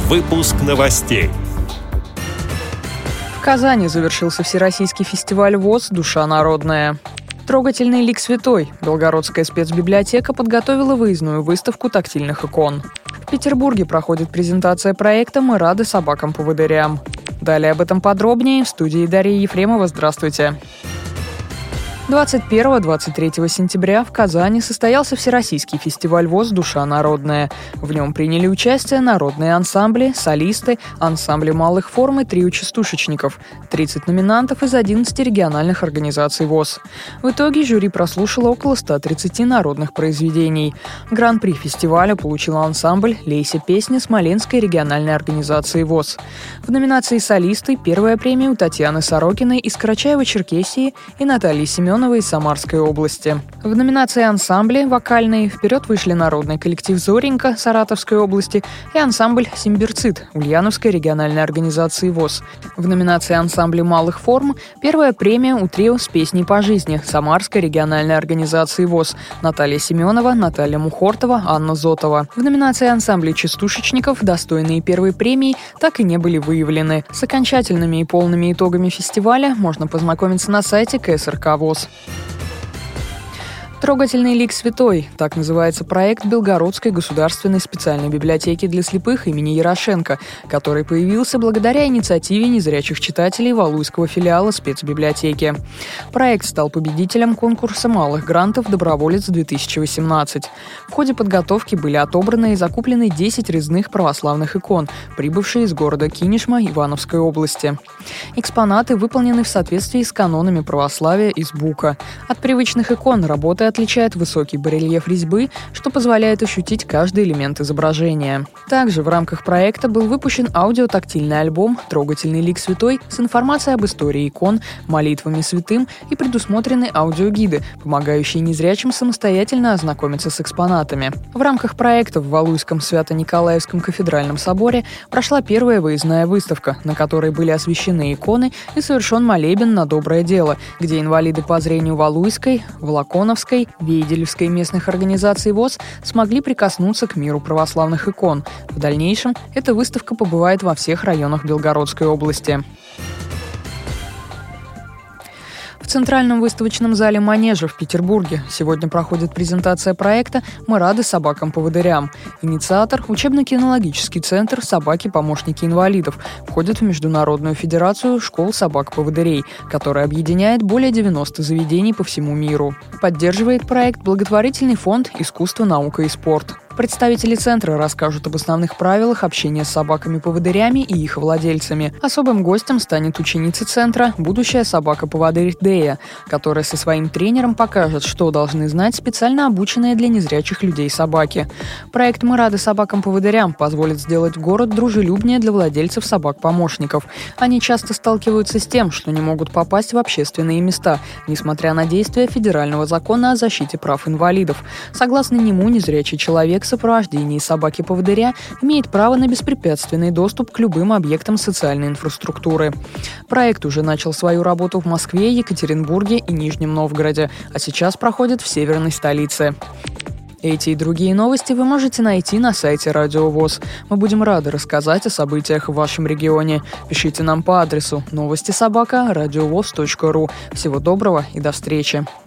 Выпуск новостей. В Казани завершился всероссийский фестиваль ВОС «Душа народная». Трогательный лик святой. Белгородская спецбиблиотека подготовила выездную выставку тактильных икон. В Петербурге проходит презентация проекта «Мы рады собакам-поводырям». Далее об этом подробнее в студии Дарья Ефремова. Здравствуйте. 21-23 сентября в Казани состоялся Всероссийский фестиваль ВОС «Душа народная». В нем приняли участие народные ансамбли, солисты, ансамбли малых форм и трио частушечников, 30 номинантов из 11 региональных организаций ВОС. В итоге жюри прослушало около 130 народных произведений. Гран-при фестиваля получил ансамбль «Лейся песня» Смоленской региональной организации ВОС. В номинации «Солисты» первая премия у Татьяны Сорокиной из Карачаево-Черкесии и Натальи Семеновой из Самарской области. В номинации «Ансамбли» вокальные вперед вышли народный коллектив «Зоренька» Саратовской области и ансамбль «Симбирцит» Ульяновской региональной организации ВОС. В номинации «Ансамбли малых форм» первая премия у трио «С песней по жизни» Самарской региональной организации ВОС Наталья Семенова, Наталья Мухортова, Анна Зотова. В номинации «Ансамбли частушечников» достойные первой премии так и не были выявлены. С окончательными и полными итогами фестиваля можно познакомиться на сайте КСРК ВОС. «Трогательный лик святой» – так называется проект Белгородской государственной специальной библиотеки для слепых имени Ярошенко, который появился благодаря инициативе незрячих читателей Валуйского филиала спецбиблиотеки. Проект стал победителем конкурса малых грантов «Доброволец-2018». В ходе подготовки были отобраны и закуплены 10 резных православных икон, прибывшие из города Кинешма Ивановской области. Экспонаты выполнены в соответствии с канонами православия из Бука. От привычных икон работы отличает высокий барельеф резьбы, что позволяет ощутить каждый элемент изображения. Также в рамках проекта был выпущен аудиотактильный альбом «Трогательный лик святой» с информацией об истории икон, молитвами святым и предусмотрены аудиогиды, помогающие незрячим самостоятельно ознакомиться с экспонатами. В рамках проекта в Валуйском Свято-Николаевском кафедральном соборе прошла первая выездная выставка, на которой были освящены иконы и совершен молебен на доброе дело, где инвалиды по зрению Валуйской, Волоконовской, Вейделевской местных организаций ВОС смогли прикоснуться к миру православных икон. В дальнейшем эта выставка побывает во всех районах Белгородской области. В Центральном выставочном зале «Манежа» в Петербурге сегодня проходит презентация проекта «Мы рады собакам-поводырям». Инициатор – учебно-кинологический центр «Собаки-помощники инвалидов», входит в Международную федерацию школ собак-поводырей, которая объединяет более 90 заведений по всему миру. Поддерживает проект благотворительный фонд «Искусство, наука и спорт». Представители центра расскажут об основных правилах общения с собаками-поводырями и их владельцами. Особым гостем станет ученица центра, будущая собака-поводырь Дея, которая со своим тренером покажет, что должны знать специально обученные для незрячих людей собаки. Проект «Мы рады собакам-поводырям» позволит сделать город дружелюбнее для владельцев собак-помощников. Они часто сталкиваются с тем, что не могут попасть в общественные места, несмотря на действия федерального закона о защите прав инвалидов. Согласно нему, незрячий человек в сопровождении собаки-поводыря имеет право на беспрепятственный доступ к любым объектам социальной инфраструктуры. Проект уже начал свою работу в Москве, Екатеринбурге и Нижнем Новгороде, а сейчас проходит в северной столице. Эти и другие новости вы можете найти на сайте Радио ВОС. Мы будем рады рассказать о событиях в вашем регионе. Пишите нам по адресу новости@радиовос.ру. Всего доброго и до встречи.